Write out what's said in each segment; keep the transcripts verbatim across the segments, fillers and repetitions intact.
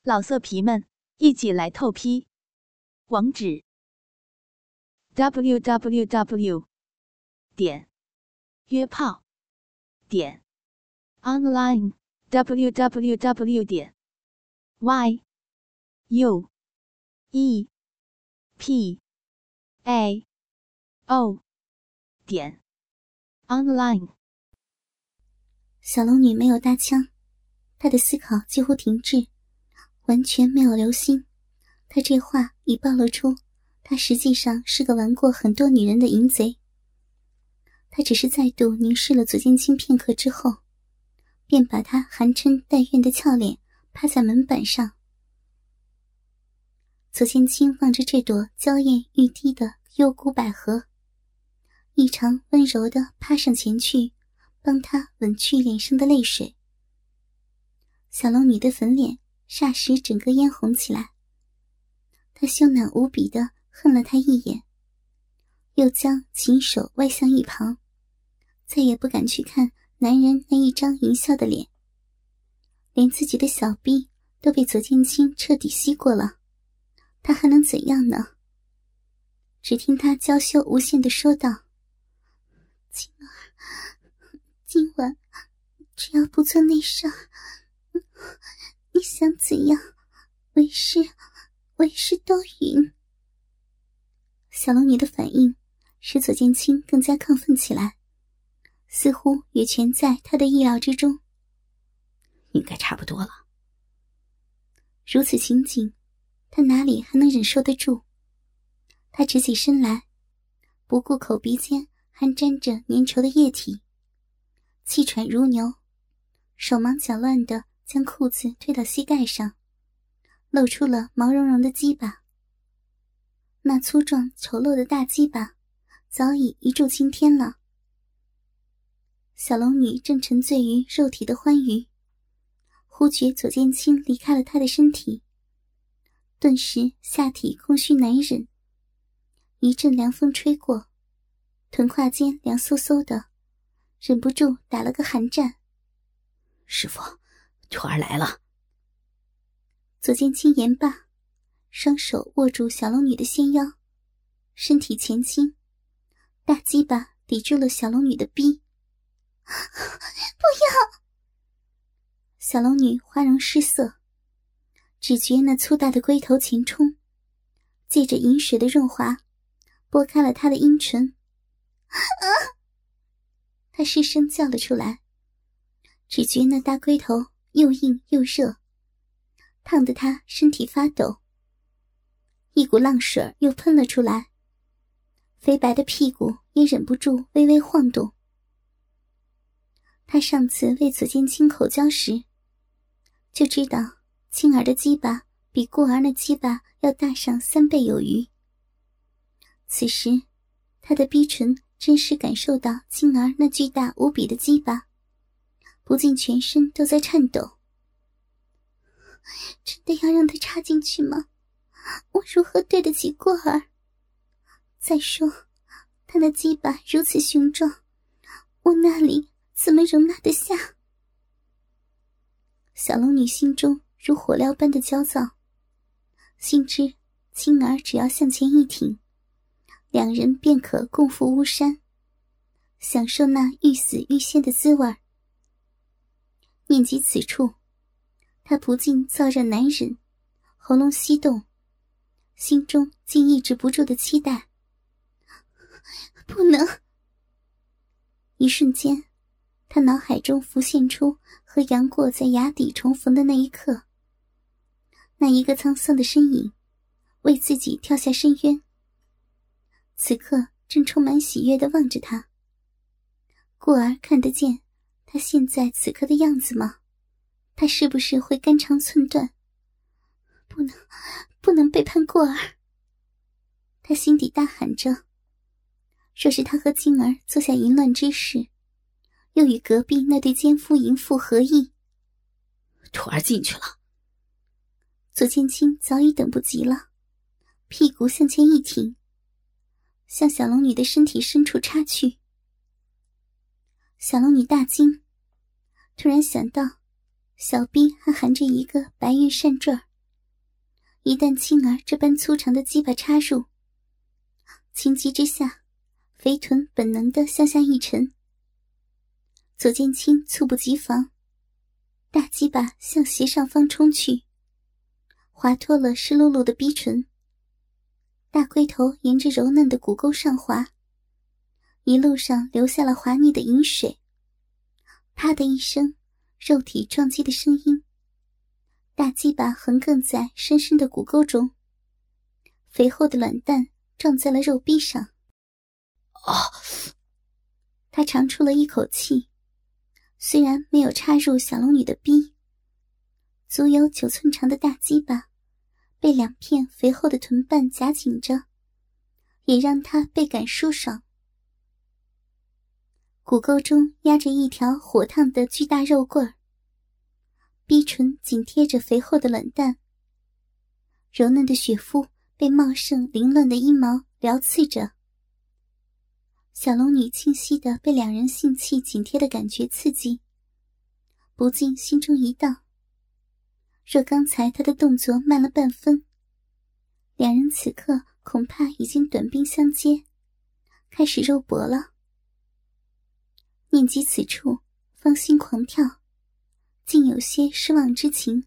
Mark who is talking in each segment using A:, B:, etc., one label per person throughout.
A: 老色皮们，一起来透批！网址 ：double u double u double u 点约炮点 online double u double u double u 点 y u e p a o 点 online。
B: 小龙女没有搭腔，她的思考几乎停滞，完全没有留心。她这话已暴露出她实际上是个玩过很多女人的淫贼。她只是再度凝视了左剑清片刻之后，便把她含嗔带怨的俏脸趴在门板上。左剑清望着这朵娇艳欲滴的幽谷百合，异常温柔地趴上前去，帮她吻去脸上的泪水。小龙女的粉脸霎时整个嫣红起来，她羞赧无比地恨了他一眼，又将琴手歪向一旁，再也不敢去看男人那一张淫笑的脸。连自己的小逼都被左剑清彻底吸过了，他还能怎样呢？只听他娇羞无限地说道：青儿，今晚只要不做内伤，你想怎样为师为师都允。小龙女的反应使左剑清更加亢奋起来，似乎也全在他的意料之中。
C: 应该差不多了。
B: 如此情景，他哪里还能忍受得住？他直起身来，不顾口鼻间还沾着粘稠的液体，气喘如牛，手忙脚乱地将裤子推到膝盖上，露出了毛茸茸的鸡巴。那粗壮丑陋的大鸡巴早已一柱擎天了。小龙女正沉醉于肉体的欢愉，忽觉左剑清离开了她的身体，顿时下体空虚难忍，一阵凉风吹过，臀胯间凉飕飕的，忍不住打了个寒战。
C: 师父，徒儿来了。
B: 左剑清言罢，双手握住小龙女的纤腰，身体前倾，大鸡巴抵住了小龙女的逼。不要！小龙女花容失色，只觉那粗大的龟头前冲，借着饮水的润滑，拨开了她的阴唇。啊！她失声叫了出来，只觉那大龟头又硬又热，烫得她身体发抖。一股浪水又喷了出来，肥白的屁股也忍不住微微晃动。他上次为左剑清口交时，就知道青儿的鸡巴比过儿那鸡巴要大上三倍有余。此时他的逼唇真实感受到青儿那巨大无比的鸡巴，不禁全身都在颤抖。真的要让他插进去吗？我如何对得起过儿？再说他的鸡巴如此雄壮，我那里怎么容纳得下？小龙女心中如火燎般的焦躁，心知青儿只要向前一挺，两人便可共赴巫山，享受那欲死欲仙的滋味。念及此处，她不禁燥热难忍，喉咙翕动，心中竟抑制不住的期待。不能！一瞬间，他脑海中浮现出和杨过在崖底重逢的那一刻，那一个沧桑的身影为自己跳下深渊，此刻正充满喜悦地望着他。过儿看得见他现在此刻的样子吗？他是不是会肝肠寸断？不能，不能背叛过儿！他心底大喊着，若是他和静儿做下淫乱之事，又与隔壁那对奸夫淫妇合意。
C: 徒儿进去了。
B: 左剑清早已等不及了，屁股向前一挺，向小龙女的身体深处插去。小龙女大惊，突然想到小臂还含着一个白玉扇坠儿， 一旦青儿这般粗长的鸡巴插入，情急之下，肥臀本能地向下一沉。左剑清猝不及防，大鸡巴向斜上方冲去，滑脱了湿漉漉的逼唇。大龟头沿着柔嫩的骨沟上滑，一路上留下了滑腻的饮水。啪的一声，肉体撞击的声音，大鸡巴横亘在深深的骨沟中，肥厚的卵蛋撞在了肉壁上。
C: 啊！
B: 他长出了一口气，虽然没有插入小龙女的逼，足有九寸长的大鸡巴被两片肥厚的臀瓣夹紧着，也让他倍感舒爽。骨沟中压着一条火烫的巨大肉棍儿，逼唇紧贴着肥厚的卵蛋，柔嫩的血肤被茂盛凌乱的阴毛撩刺着。小龙女清晰地被两人性器紧贴的感觉刺激，不禁心中一荡。若刚才她的动作慢了半分，两人此刻恐怕已经短兵相接，开始肉搏了。念及此处，芳心狂跳，竟有些失望之情。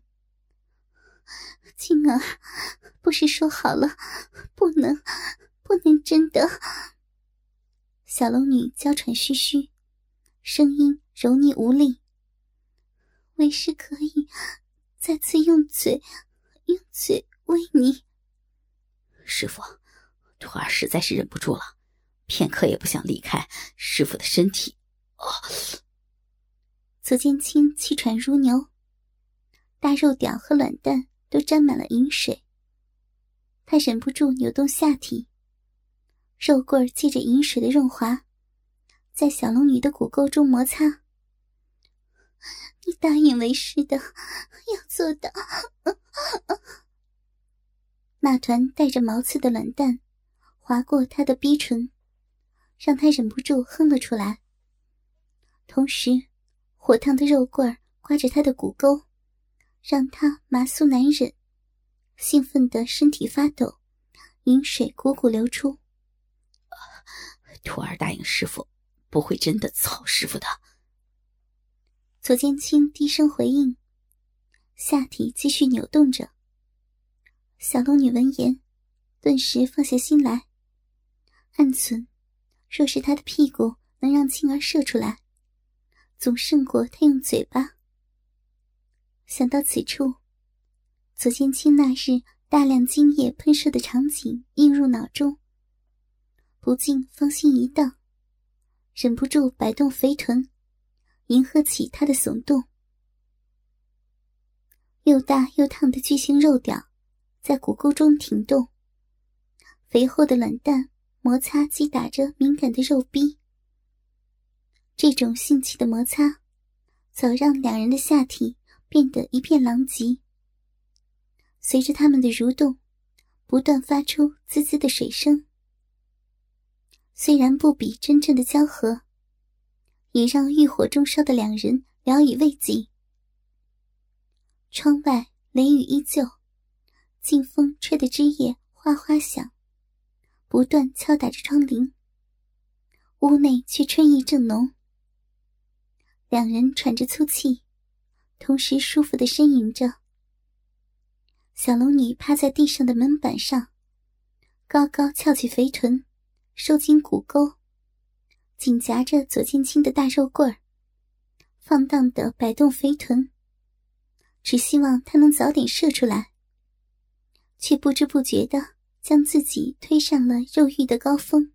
B: 青儿，不是说好了，不能，不能真的……小龙女娇喘吁吁，声音柔腻无力。为师可以再次用嘴，用嘴喂你。
C: 师父，徒儿实在是忍不住了，片刻也不想离开师父的身体。哦，
B: 左剑清气喘如牛，大肉屌和卵蛋都沾满了饮水。他忍不住扭动下体，肉棍借着饮水的润滑，在小龙女的骨沟中摩擦。你答应为师的，要做到。那团带着毛刺的卵蛋划过他的逼唇，让他忍不住哼了出来。同时，火烫的肉棍刮着他的骨沟，让他麻酥难忍，兴奋的身体发抖，饮水汩汩流出。
C: 徒儿答应师父，不会真的操师父的。
B: 左剑清低声回应，下体继续扭动着。小龙女闻言，顿时放下心来，暗忖：若是他的屁股能让青儿射出来，总胜过他用嘴巴。想到此处，左剑清那日大量精液喷射的场景映入脑中，不禁芳心一荡，忍不住摆动肥臀，迎合起他的耸动。又大又烫的巨型肉屌在骨沟中挺动，肥厚的卵蛋摩擦击打着敏感的肉壁。这种性器的摩擦早让两人的下体变得一片狼藉，随着他们的蠕动不断发出滋滋的水声。虽然不比真正的交合，也让欲火中烧的两人聊以慰藉。窗外雷雨依旧，劲风吹得枝叶哗哗响，不断敲打着窗棂。屋内却春意正浓，两人喘着粗气，同时舒服地呻吟着。小龙女趴在地上的门板上，高高翘起肥臀，收紧骨沟，紧夹着左剑清的大肉棍儿，放荡地摆动肥臀，只希望他能早点射出来，却不知不觉地将自己推上了肉欲的高峰。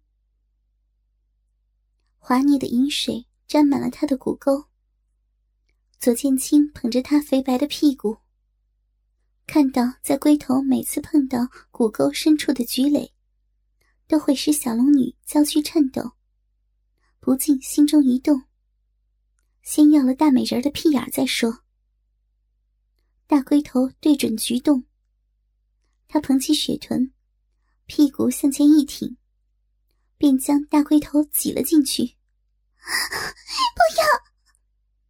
B: 滑腻的饮水沾满了他的骨沟，左剑清捧着他肥白的屁股，看到在龟头每次碰到骨沟深处的菊蕾，都会使小龙女娇躯颤抖，不禁心中一动，先要了大美人的屁眼再说。大龟头对准菊洞，他捧起雪臀，屁股向前一挺，便将大龟头挤了进去。不要！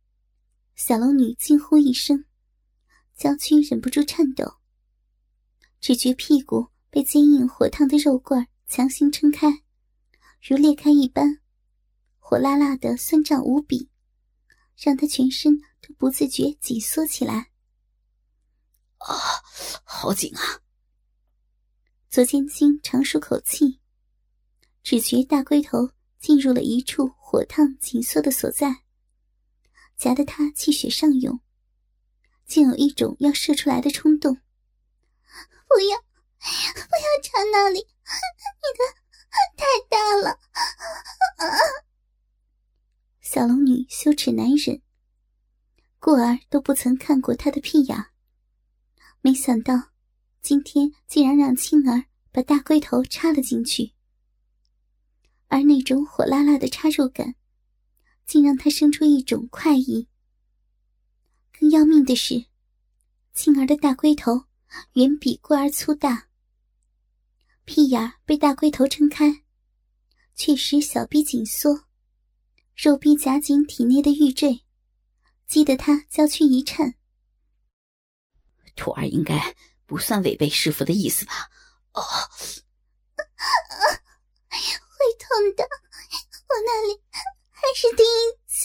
B: 小龙女惊呼一声，娇躯忍不住颤抖。 只觉屁股被坚硬火烫的肉棍强行撑开，如裂开一般，火辣辣的酸胀无比，让他全身都不自觉紧缩起来。
C: 啊，好紧啊！
B: 左剑清长舒口气，只觉大龟头进入了一处火烫紧缩的所在，夹得他气血上涌，竟有一种要射出来的冲动。不要，不要插那里，你的太大了。啊、小龙女羞耻难忍，故而都不曾看过她的屁眼，没想到今天竟然让青儿把大龟头插了进去，而那种火辣辣的插入感竟让她生出一种快意。更要命的是，青儿的大龟头远比过儿粗大，屁眼被大龟头撑开，却使小臂紧缩，肉壁夹紧体内的玉坠，激得他娇躯一颤。
C: 徒儿应该不算违背师父的意思吧？哦，
B: 会痛的，我那里还是第一次。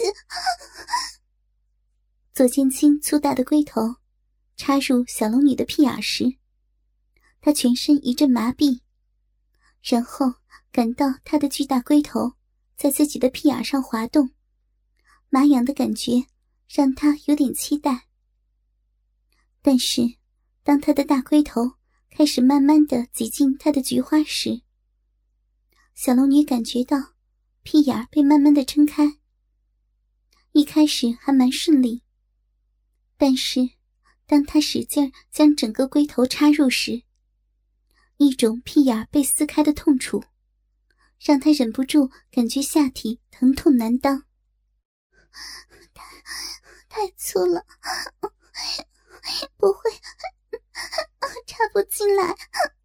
B: 左剑清粗大的龟头插入小龙女的屁眼时，她全身一阵麻痹，然后感到她的巨大龟头在自己的屁眼上滑动，麻痒的感觉让她有点期待。但是当她的大龟头开始慢慢地挤进她的菊花时，小龙女感觉到屁眼被慢慢地撑开。一开始还蛮顺利，但是当她使劲将整个龟头插入时，一种屁眼被撕开的痛楚让她忍不住感觉下体疼痛难当。太太粗了，不会插不进来。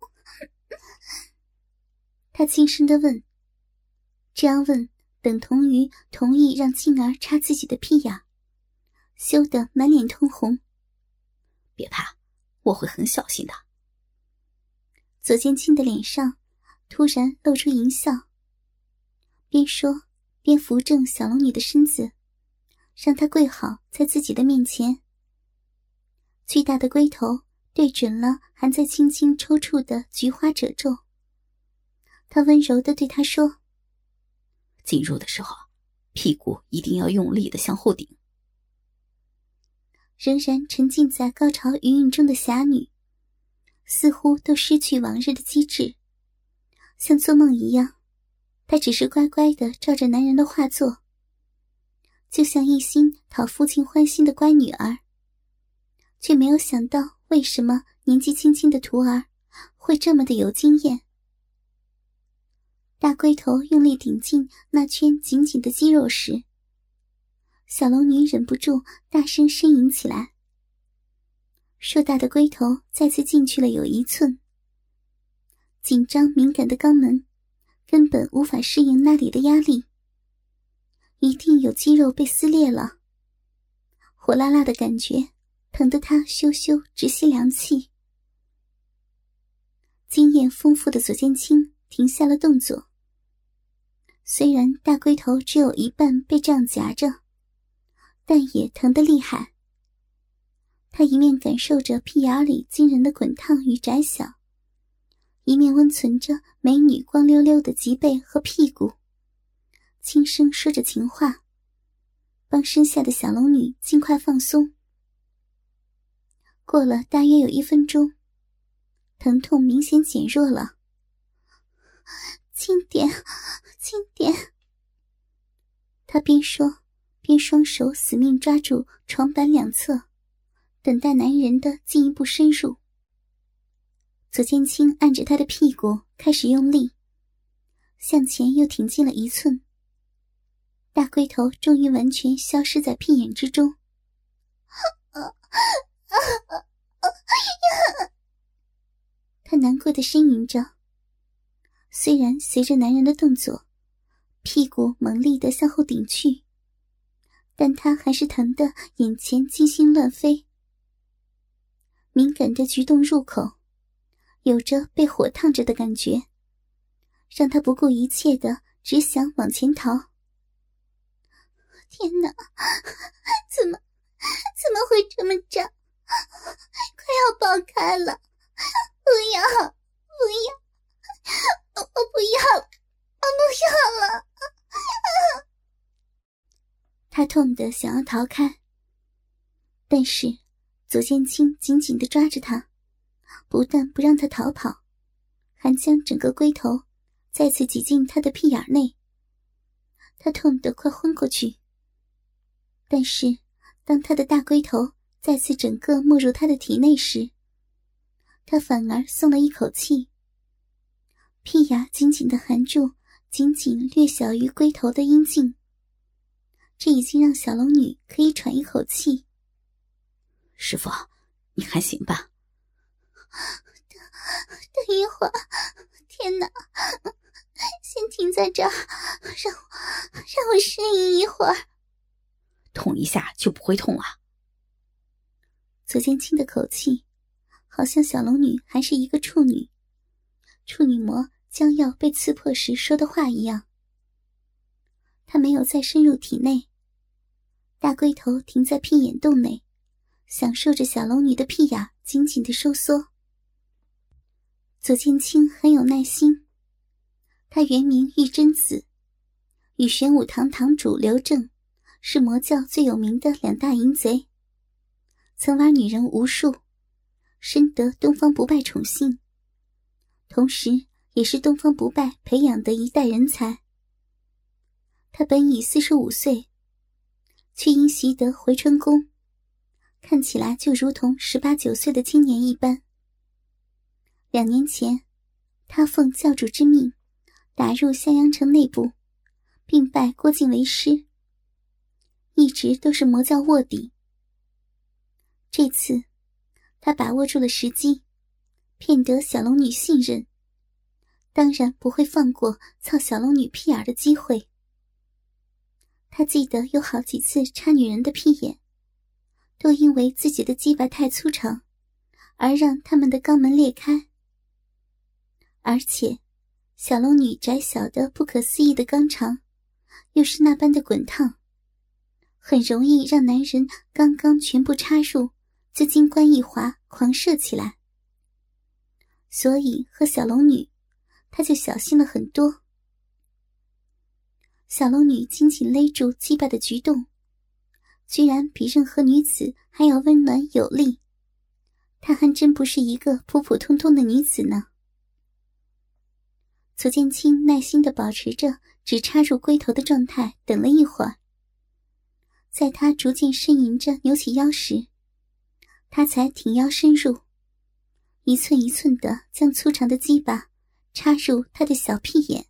B: 她轻声地问，这样问等同于同意让静儿插自己的屁眼，羞得满脸通红。
C: 别怕，我会很小心的。
B: 左剑清的脸上突然露出淫笑，边说边扶正小龙女的身子，让她跪好在自己的面前。巨大的龟头对准了还在轻轻抽搐的菊花褶皱，他温柔地对她说，
C: 进入的时候屁股一定要用力地向后顶。
B: 仍然沉浸在高潮余韵中的侠女似乎都失去往日的机智，像做梦一样，她只是乖乖地照着男人的话做，就像一心讨父亲欢心的乖女儿，却没有想到为什么年纪轻轻的徒儿会这么的有经验。大龟头用力顶进那圈紧紧的肌肉时，小龙女忍不住大声呻吟起来。硕大的龟头再次进去了有一寸，紧张敏感的肛门根本无法适应那里的压力，一定有肌肉被撕裂了。火辣辣的感觉疼得她羞羞直吸凉气。经验丰富的左剑清停下了动作，虽然大龟头只有一半被这样夹着，但也疼得厉害。他一面感受着屁眼里惊人的滚烫与窄小，一面温存着美女光溜溜的脊背和屁股，轻声说着情话，帮身下的小龙女尽快放松。过了大约有一分钟，疼痛明显减弱了。轻点，轻点。他边说边双手死命抓住床板两侧，等待男人的进一步深入。左剑清按着他的屁股开始用力，向前又挺进了一寸，大龟头终于完全消失在屁眼之中。他难过的呻吟着，虽然随着男人的动作，屁股猛力地向后顶去，但他还是疼得眼前金星乱飞。敏感的菊洞入口， 有着被火烫着的感觉，让他不顾一切的只想往前逃。天哪，怎么怎么会这么胀，快要爆开了，不要不要，我不要了，我不要了。他痛得想要逃开，但是左剑清紧紧地抓着他，不但不让他逃跑，还将整个龟头再次挤进他的屁眼内。他痛得快昏过去，但是当他的大龟头再次整个没入他的体内时，他反而松了一口气，屁牙紧紧地含住仅仅略小于龟头的阴茎，这已经让小龙女可以喘一口气。
C: 师父，你还行吧？
B: 等一会儿，天哪，先停在这儿，让我让我适应一会儿。
C: 痛一下就不会痛了。
B: 左剑清的口气好像小龙女还是一个处女，处女膜将要被刺破时说的话一样。他没有再深入体内，大龟头停在屁眼洞内，享受着小龙女的屁眼紧紧的收缩。左剑清很有耐心，他原名玉贞子，与玄武堂堂主刘正是魔教最有名的两大淫贼，曾玩女人无数，深得东方不败宠幸，同时也是东方不败培养的一代人才。他本已四十五岁，却因习得回春功，看起来就如同十八九岁的青年一般。两年前，他奉教主之命，打入襄阳城内部，并拜郭靖为师，一直都是魔教卧底。这次，他把握住了时机，骗得小龙女信任，当然不会放过操小龙女屁眼的机会。他记得有好几次插女人的屁眼，都因为自己的鸡巴太粗长，而让他们的肛门裂开。而且小龙女窄小的不可思议的肛肠又是那般的滚烫，很容易让男人刚刚全部插入就金冠一滑狂射起来。所以和小龙女他就小心了很多。小龙女紧紧勒住鸡巴的举动，居然比任何女子还要温暖有力，她还真不是一个普普通通的女子呢。左剑清耐心地保持着只插入龟头的状态，等了一会儿，在他逐渐呻吟着扭起腰时，他才挺腰深入，一寸一寸地将粗长的鸡巴插入他的小屁眼。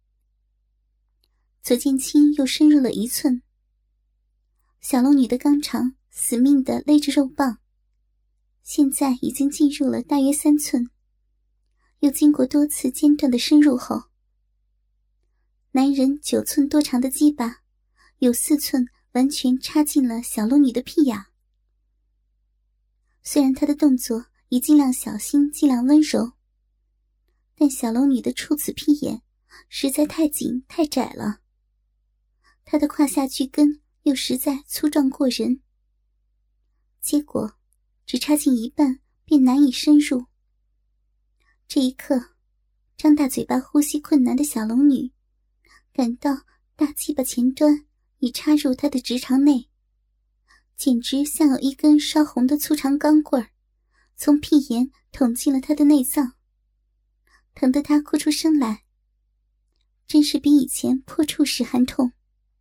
B: 左剑清又深入了一寸，小龙女的肛肠死命地勒着肉棒，现在已经进入了大约三寸。又经过多次间断的深入后，男人九寸多长的鸡巴有四寸完全插进了小龙女的屁眼。虽然他的动作已尽量小心尽量温柔，但小龙女的处子屁眼实在太紧太窄了，他的胯下巨根又实在粗壮过人，结果只插进一半便难以深入。这一刻，张大嘴巴呼吸困难的小龙女感到大鸡巴前端已插入她的直肠内，简直像有一根烧红的粗长钢棍儿从屁眼捅进了她的内脏，疼得她哭出声来，真是比以前破处时还痛。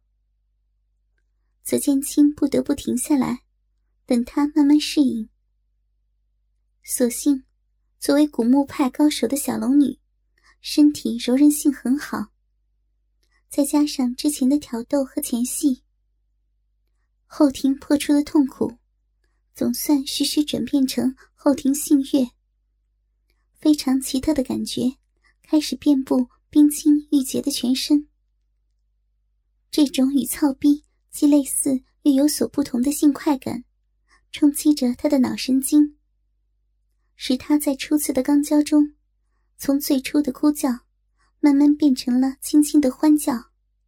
B: 左剑清不得不停下来，等她慢慢适应。所幸作为古墓派高手的小龙女，身体柔韧性很好，再加上之前的挑逗和前戏，后庭破处的痛苦总算徐徐转变成后庭性悦，非常奇特的感觉开始遍布冰清玉洁的全身。这种与操逼既类似又有所不同的性快感冲击着他的脑神经， 使他在初次的肛交中，从最初的哭叫慢慢变成了轻轻的欢叫。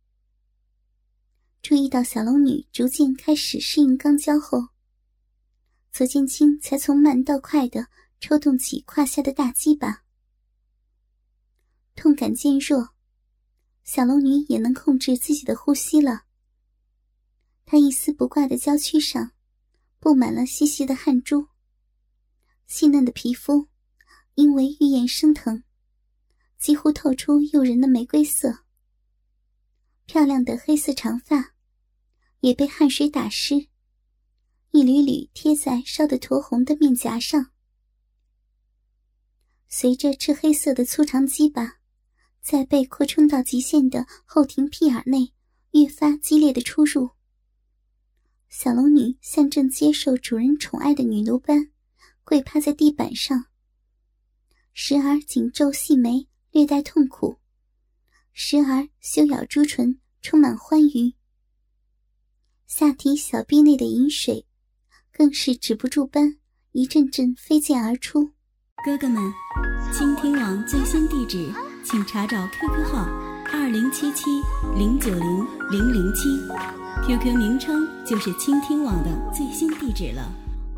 B: 注意到小龙女逐渐开始适应肛交后，左剑清才从慢到快地抽动起胯下的大鸡巴。痛感渐弱，小龙女也能控制自己的呼吸了。她一丝不挂的娇躯上布满了细细的汗珠，细嫩的皮肤因为欲焰升腾，几乎透出诱人的玫瑰色。漂亮的黑色长发也被汗水打湿，一缕缕贴在烧得酡红的面颊上。随着赤黑色的粗长鸡巴在被扩充到极限的后庭屁眼内越发激烈的出入，小龙女像正接受主人宠爱的女奴般跪趴在地板上，时而紧皱细眉略带痛苦，时而修咬朱唇充满欢愉。下体小臂内的饮水更是止不住般一阵阵飞溅而出。
D: 哥哥们，倾听网最新地址请查找 Q Q 号二零七七零九零零零七 ，Q Q 名称就是倾听网的最新地址了。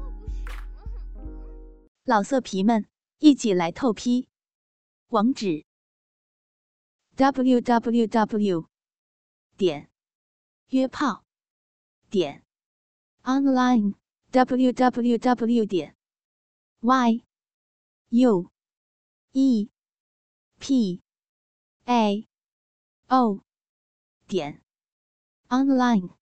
A: 老色皮们，一起来透批！网址 ：double u double u double u 点约炮点 online w w w 点 y u e p a o 点 online。